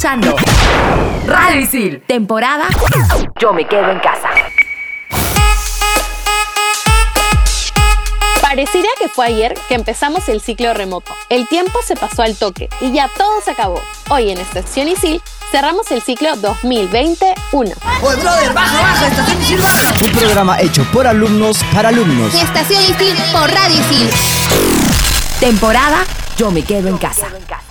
escuchando Radio Isil, temporada Yo me quedo en casa. Pareciera que fue ayer que empezamos el ciclo remoto. El tiempo se pasó al toque y ya todo se acabó. Hoy en Estación Isil cerramos el ciclo 2021. ¡Oye, brother, baja! ¡Estación Isil, baja! Un programa hecho por alumnos para alumnos. Y Estación Isil por Radio Isil. Temporada Yo me quedo en casa.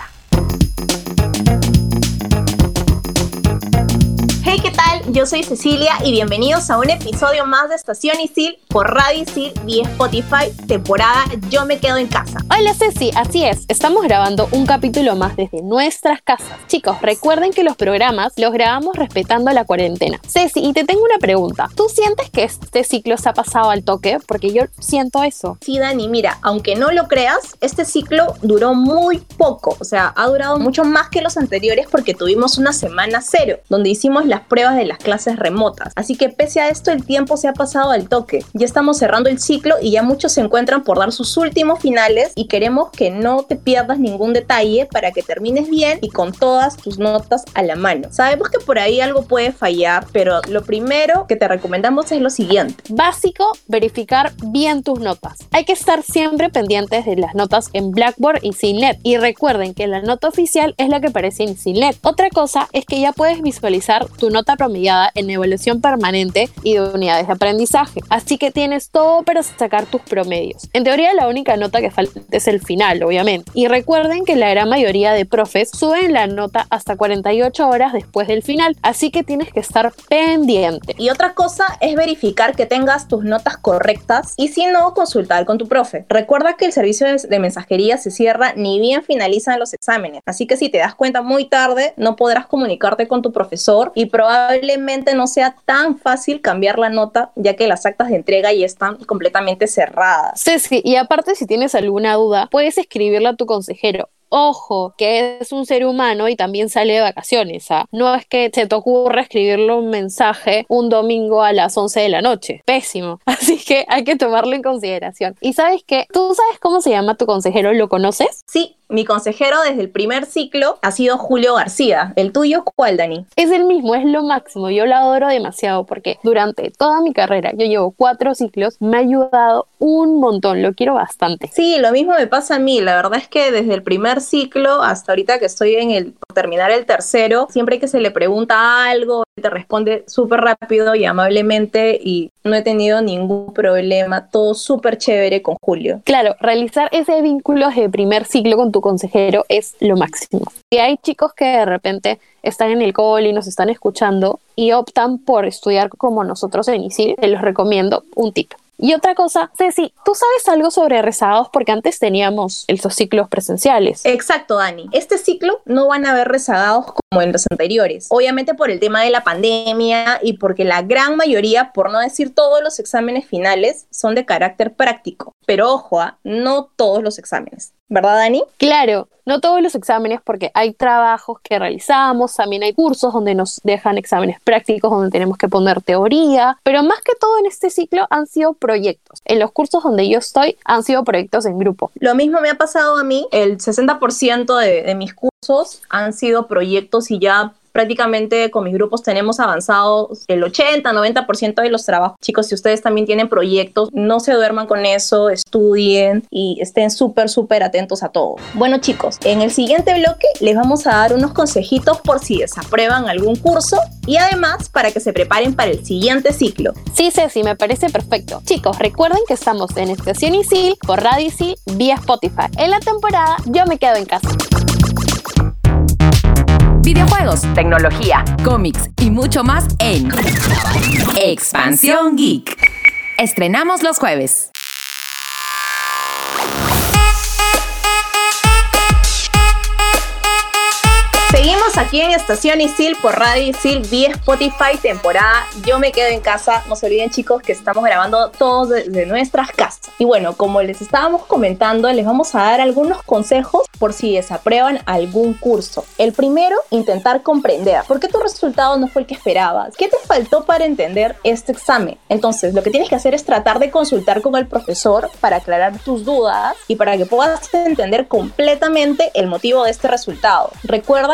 Hey, ¿qué tal? Yo soy Cecilia y bienvenidos a un episodio más de Estación Isil por Radio Isil y Spotify, temporada Yo me quedo en casa. Hola Ceci, así es, estamos grabando un capítulo más desde nuestras casas. Chicos, recuerden que los programas los grabamos respetando la cuarentena. Ceci, y te tengo una pregunta. ¿Tú sientes que este ciclo se ha pasado al toque? Porque yo siento eso. Sí, Dani, mira, aunque no lo creas, este ciclo duró muy poco. O sea, ha durado mucho más que los anteriores porque tuvimos una semana cero, donde hicimos las pruebas de las clases remotas. Así que pese a esto, el tiempo se ha pasado al toque. Ya estamos cerrando el ciclo y ya muchos se encuentran por dar sus últimos finales y queremos que no te pierdas ningún detalle para que termines bien y con todas tus notas a la mano. Sabemos que por ahí algo puede fallar, pero lo primero que te recomendamos es lo siguiente. Básico, verificar bien tus notas. Hay que estar siempre pendientes de las notas en Blackboard y Silnet. Y recuerden que la nota oficial es la que aparece en Silnet. Otra cosa es que ya puedes visualizar tu nota promediada en evaluación permanente y de unidades de aprendizaje. Así que tienes todo para sacar tus promedios. En teoría, la única nota que falta es el final, obviamente. Y recuerden que la gran mayoría de profes suben la nota hasta 48 horas después del final. Así que tienes que estar pendiente. Y otra cosa es verificar que tengas tus notas correctas y si no, consultar con tu profe. Recuerda que el servicio de mensajería se cierra ni bien finalizan los exámenes. Así que si te das cuenta muy tarde, no podrás comunicarte con tu profesor y probablemente no sea tan fácil cambiar la nota, ya que las actas de entrega ya están completamente cerradas. Ceci, y aparte si tienes alguna duda, puedes escribirle a tu consejero. Ojo, que es un ser humano y también sale de vacaciones, ¿ah? No es que se te ocurra escribirle un mensaje un domingo a las 11 de la noche. Pésimo. Así que hay que tomarlo en consideración. ¿Y sabes qué? ¿Tú sabes cómo se llama tu consejero? ¿Lo conoces? Sí, mi consejero desde el primer ciclo ha sido Julio García. ¿El tuyo cuál, Dani? Es el mismo, es lo máximo. Yo lo adoro demasiado porque durante toda mi carrera, yo llevo 4 ciclos, me ha ayudado un montón. Lo quiero bastante. Sí, lo mismo me pasa a mí. La verdad es que desde el primer ciclo hasta ahorita que estoy por terminar el tercero, siempre que se le pregunta algo, te responde súper rápido y amablemente y no he tenido ningún problema, todo súper chévere con Julio. Claro, realizar ese vínculo de primer ciclo con tu consejero es lo máximo. Y hay chicos que de repente están en el cole y nos están escuchando y optan por estudiar como nosotros en Isil, les recomiendo un tip. Y otra cosa, Ceci, ¿tú sabes algo sobre rezagados? Porque antes teníamos estos ciclos presenciales. Exacto, Dani. Este ciclo no van a haber rezagados como en los anteriores. Obviamente por el tema de la pandemia y porque la gran mayoría, por no decir todos los exámenes finales, son de carácter práctico. Pero ojo, no todos los exámenes. ¿Verdad, Dani? Claro, no todos los exámenes porque hay trabajos que realizamos, también hay cursos donde nos dejan exámenes prácticos donde tenemos que poner teoría, pero más que todo en este ciclo han sido proyectos. En los cursos donde yo estoy han sido proyectos en grupo. Lo mismo me ha pasado a mí, el 60% de mis cursos han sido proyectos y ya prácticamente con mis grupos tenemos avanzado el 80-90% de los trabajos. Chicos, si ustedes también tienen proyectos, no se duerman con eso, estudien y estén súper atentos a todo. Bueno, chicos, en el siguiente bloque les vamos a dar unos consejitos por si desaprueban algún curso y además para que se preparen para el siguiente ciclo. Sí, Ceci, me parece perfecto. Chicos, recuerden que estamos en Estación Isil por Radio Isil vía Spotify. En la temporada Yo me quedo en casa. Videojuegos, tecnología, cómics y mucho más en Expansión Geek. Estrenamos los jueves. Seguimos aquí en Estación Isil por Radio Isil vía Spotify, temporada Yo me quedo en casa. No se olviden, chicos, que estamos grabando todos desde nuestras casas. Y bueno, como les estábamos comentando, les vamos a dar algunos consejos por si desaprueban algún curso. El primero, intentar comprender. ¿Por qué tu resultado no fue el que esperabas? ¿Qué te faltó para entender este examen? Entonces, lo que tienes que hacer es tratar de consultar con el profesor para aclarar tus dudas y para que puedas entender completamente el motivo de este resultado. Recuerda que en el mismo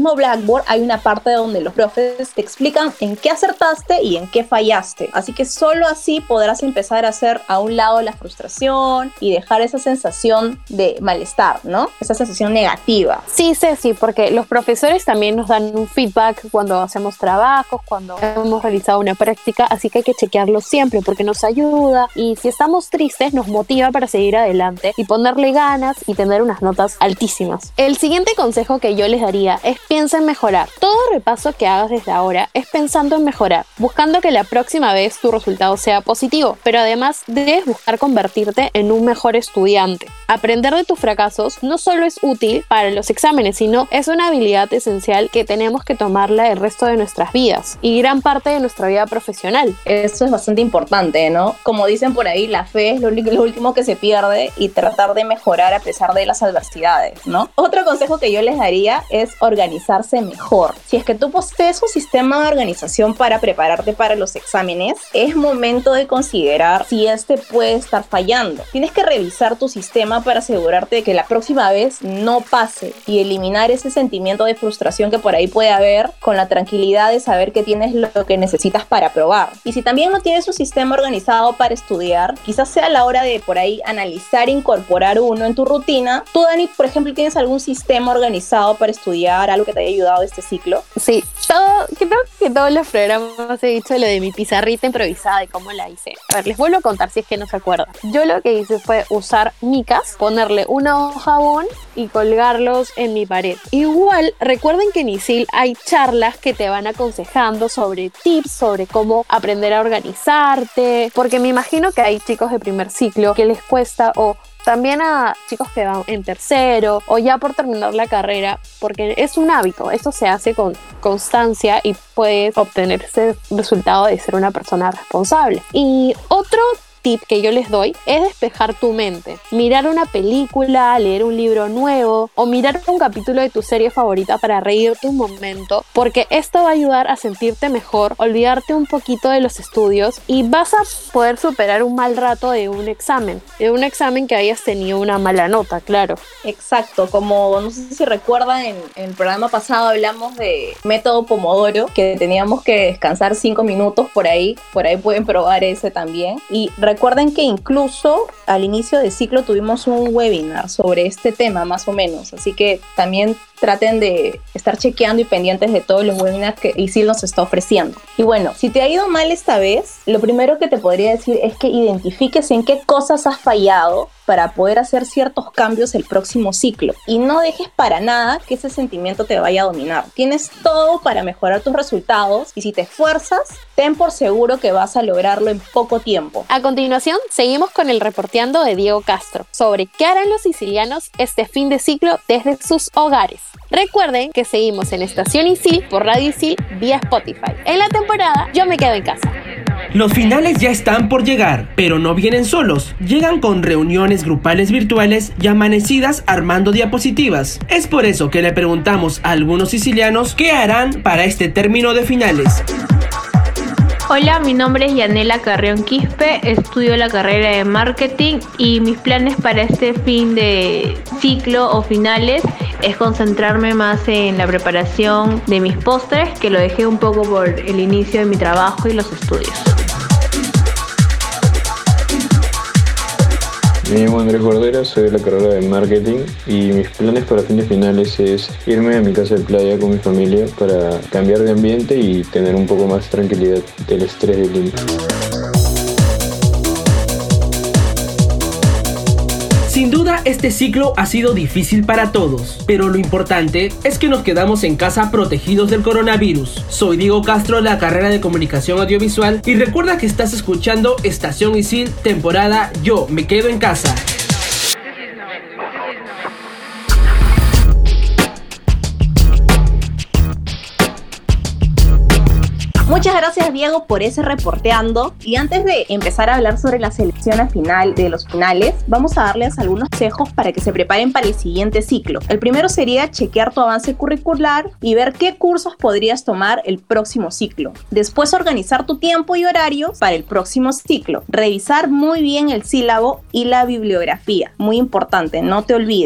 mismo Blackboard hay una parte donde los profes te explican en qué acertaste y en qué fallaste. Así que solo así podrás empezar a hacer a un lado la frustración y dejar esa sensación de malestar, ¿no? Esa sensación negativa. Sí, Ceci, porque los profesores también nos dan un feedback cuando hacemos trabajos, cuando hemos realizado una práctica, así que hay que chequearlo siempre porque nos ayuda, y si estamos tristes nos motiva para seguir adelante y ponerle ganas y tener unas notas altísimas. El siguiente consejo que yo les daría es: piensa en mejorar. Todo repaso que hagas desde ahora es pensando en mejorar, buscando que la próxima vez tu resultado sea positivo, pero además debes buscar convertirte en un mejor estudiante. Aprender de tus fracasos no solo es útil para los exámenes, sino es una habilidad esencial que tenemos que tomarla el resto de nuestras vidas y gran parte de nuestra vida profesional. Eso es bastante importante, ¿no? Como dicen por ahí, la fe es lo último que se pierde, y tratar de mejorar a pesar de las adversidades, ¿no? Otro consejo que yo les daría es organizarse mejor. Si es que tú posees un sistema de organización para prepararte para los exámenes, es momento de considerar si este puede estar fallando. Tienes que revisar tu sistema para asegurarte de que la próxima vez no pase y eliminar ese sentimiento de frustración que por ahí puede haber, con la tranquilidad de saber que tienes lo que necesitas para probar. Y si también no tienes un sistema organizado para estudiar, quizás sea la hora de por ahí analizar e incorporar uno en tu rutina. Tú, Dani, por ejemplo, ¿tienes algún sistema organizado para estudiar, algo que te haya ayudado este ciclo? Sí, creo que todos los programas he dicho lo de mi pizarrita improvisada y cómo la hice. A ver, les vuelvo a contar si es que no se acuerdan. Yo lo que hice fue usar micas, ponerle una hoja de jabón y colgarlos en mi pared. Igual, recuerden que en ISIL hay charlas que te van aconsejando sobre tips, sobre cómo aprender a organizarte, porque me imagino que hay chicos de primer ciclo que les cuesta, o también a chicos que van en tercero o ya por terminar la carrera, porque es un hábito. Esto se hace con constancia y puedes obtener ese resultado de ser una persona responsable. Y otro tip que yo les doy es despejar tu mente, mirar una película, leer un libro nuevo o mirar un capítulo de tu serie favorita para reírte un momento, porque esto va a ayudar a sentirte mejor, olvidarte un poquito de los estudios y vas a poder superar un mal rato de un examen que hayas tenido una mala nota, claro. Exacto, como no sé si recuerdan, en el programa pasado hablamos de método Pomodoro, que teníamos que descansar 5 minutos por ahí pueden probar ese también. Y recuerden que incluso al inicio del ciclo tuvimos un webinar sobre este tema más o menos, así que también traten de estar chequeando y pendientes de todos los webinars que ISIL nos está ofreciendo. Y bueno, si te ha ido mal esta vez, lo primero que te podría decir es que identifiques en qué cosas has fallado para poder hacer ciertos cambios el próximo ciclo. Y no dejes para nada que ese sentimiento te vaya a dominar. Tienes todo para mejorar tus resultados y si te esfuerzas, ten por seguro que vas a lograrlo en poco tiempo. A continuación, seguimos con el reporteando de Diego Castro sobre qué harán los sicilianos este fin de ciclo desde sus hogares. Recuerden que seguimos en Estación ISIL por Radio ISIL vía Spotify. En la temporada Yo me quedo en casa. Los finales ya están por llegar, pero no vienen solos. Llegan con reuniones grupales virtuales y amanecidas armando diapositivas. Es por eso que le preguntamos a algunos sicilianos qué harán para este término de finales. Hola, mi nombre es Yanela Carrión Quispe, estudio la carrera de marketing y mis planes para este fin de ciclo o finales es concentrarme más en la preparación de mis postres, que lo dejé un poco por el inicio de mi trabajo y los estudios. Me llamo Andrés Cordera, soy de la carrera de marketing y mis planes para fines finales es irme a mi casa de playa con mi familia para cambiar de ambiente y tener un poco más tranquilidad del estrés de Lima. Sin duda, este ciclo ha sido difícil para todos, pero lo importante es que nos quedamos en casa protegidos del coronavirus. Soy Diego Castro, la carrera de Comunicación Audiovisual, y recuerda que estás escuchando Estación ISIL, temporada Yo me quedo en casa. Muchas gracias, Diego, por ese reporteando. Y antes de empezar a hablar sobre la selección final de los finales, vamos a darles algunos consejos para que se preparen para el siguiente ciclo. El primero sería chequear tu avance curricular y ver qué cursos podrías tomar el próximo ciclo. Después, organizar tu tiempo y horario para el próximo ciclo. Revisar muy bien el sílabo y la bibliografía. Muy importante, no te olvides.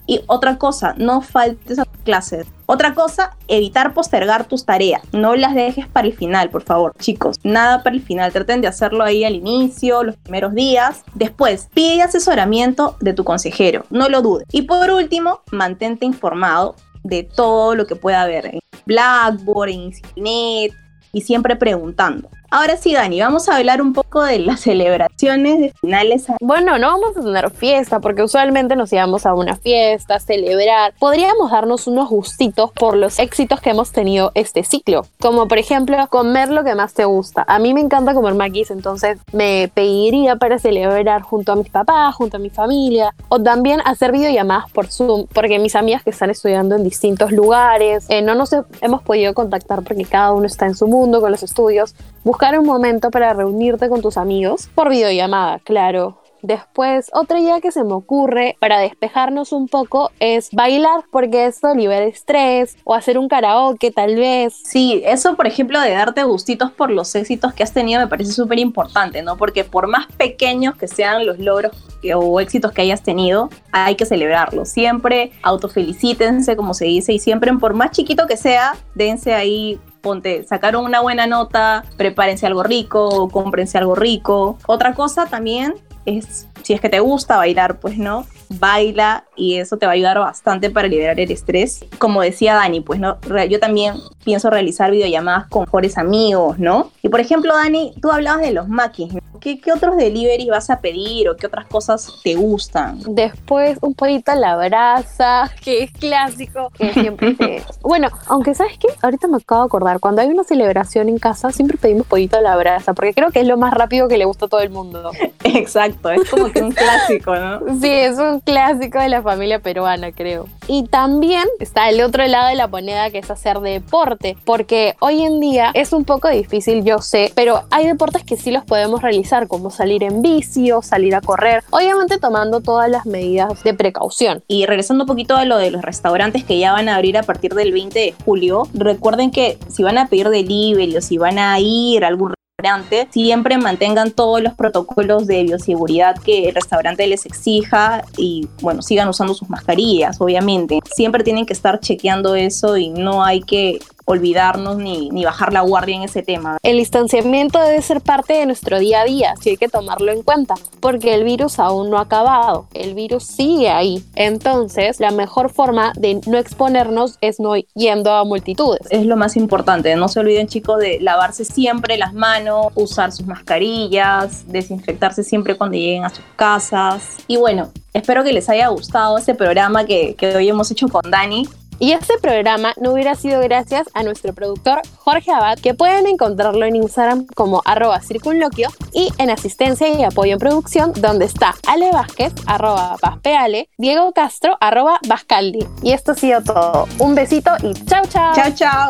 Y otra cosa, no faltes a tus clases. Otra cosa, evitar postergar tus tareas. No las dejes para el final, por favor, chicos. Nada para el final. Traten de hacerlo ahí al inicio, los primeros días. Después, pide asesoramiento de tu consejero. No lo dudes. Y por último, mantente informado de todo lo que pueda haber en Blackboard, en Internet, y siempre preguntando. Ahora sí, Dani, vamos a hablar un poco de las celebraciones de finales. Bueno, no vamos a tener fiesta porque usualmente nos íbamos a una fiesta, a celebrar. Podríamos darnos unos gustitos por los éxitos que hemos tenido este ciclo. Como por ejemplo, comer lo que más te gusta. A mí me encanta comer maquis, entonces me pediría para celebrar junto a mis papás, junto a mi familia. O también hacer videollamadas por Zoom, porque mis amigas que están estudiando en distintos lugares, no nos hemos podido contactar porque cada uno está en su mundo con los estudios. Buscar un momento para reunirte con tus amigos por videollamada, claro. Después, otra idea que se me ocurre para despejarnos un poco es bailar, porque eso libera estrés, o hacer un karaoke tal vez. Sí, eso por ejemplo de darte gustitos por los éxitos que has tenido me parece súper importante, ¿no? Porque por más pequeños que sean los logros o éxitos que hayas tenido, hay que celebrarlos. Siempre autofelicítense, como se dice, y siempre por más chiquito que sea, dense ahí. Ponte, sacaron una buena nota, prepárense algo rico, cómprense algo rico. Otra cosa también es, si es que te gusta bailar, pues no, baila y eso te va a ayudar bastante para liberar el estrés. Como decía Dani, pues no, yo también pienso realizar videollamadas con mejores amigos, ¿no? Y por ejemplo, Dani, tú hablabas de los maquis, ¿no? ¿Qué otros deliveries vas a pedir o qué otras cosas te gustan? Después un pollito a la brasa, que es clásico, que siempre Bueno, aunque ¿sabes qué? Ahorita me acabo de acordar, cuando hay una celebración en casa siempre pedimos pollito a la brasa, porque creo que es lo más rápido que le gusta a todo el mundo. Exacto, es como que un clásico, ¿no? Sí, es un clásico de la familia peruana, creo. Y también está el otro lado de la moneda, que es hacer deporte, porque hoy en día es un poco difícil, yo sé, pero hay deportes que sí los podemos realizar, como salir en bici o salir a correr, obviamente tomando todas las medidas de precaución. Y regresando un poquito a lo de los restaurantes que ya van a abrir a partir del 20 de julio, recuerden que si van a pedir delivery o si van a ir a algún restaurante, siempre mantengan todos los protocolos de bioseguridad que el restaurante les exija y bueno, sigan usando sus mascarillas, obviamente. Siempre tienen que estar chequeando eso y no hay que olvidarnos ni bajar la guardia en ese tema. El distanciamiento debe ser parte de nuestro día a día, sí hay que tomarlo en cuenta, porque el virus aún no ha acabado, el virus sigue ahí. Entonces, la mejor forma de no exponernos es no yendo a multitudes. Es lo más importante, no se olviden, chicos, de lavarse siempre las manos, usar sus mascarillas, desinfectarse siempre cuando lleguen a sus casas. Y bueno, espero que les haya gustado este programa que hoy hemos hecho con Dani. Y este programa no hubiera sido gracias a nuestro productor Jorge Abad, que pueden encontrarlo en Instagram como @circunloquio y en asistencia y apoyo en producción, donde está Ale Vázquez, @vaspeale, Diego Castro, @vascaldi. Y esto ha sido todo. Un besito y chau, chau. Chau, chau.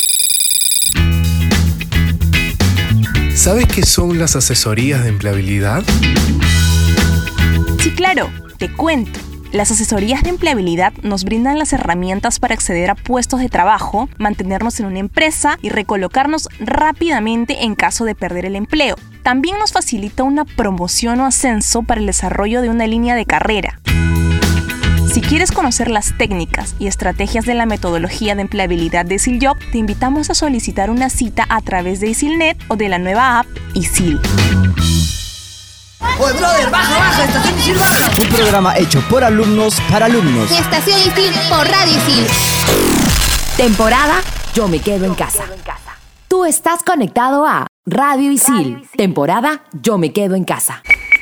¿Sabes qué son las asesorías de empleabilidad? Sí, claro, te cuento. Las asesorías de empleabilidad nos brindan las herramientas para acceder a puestos de trabajo, mantenernos en una empresa y recolocarnos rápidamente en caso de perder el empleo. También nos facilita una promoción o ascenso para el desarrollo de una línea de carrera. Si quieres conocer las técnicas y estrategias de la metodología de empleabilidad de Easyjob, te invitamos a solicitar una cita a través de Easynet o de la nueva app Easyl. ¡Oye, brother! ¡Baja! ¡Estación Isil, baja! Un programa hecho por alumnos para alumnos. Estación Isil por Radio Isil. Temporada Yo me quedo en casa. Tú estás conectado a Radio Isil. Temporada Yo me quedo en casa.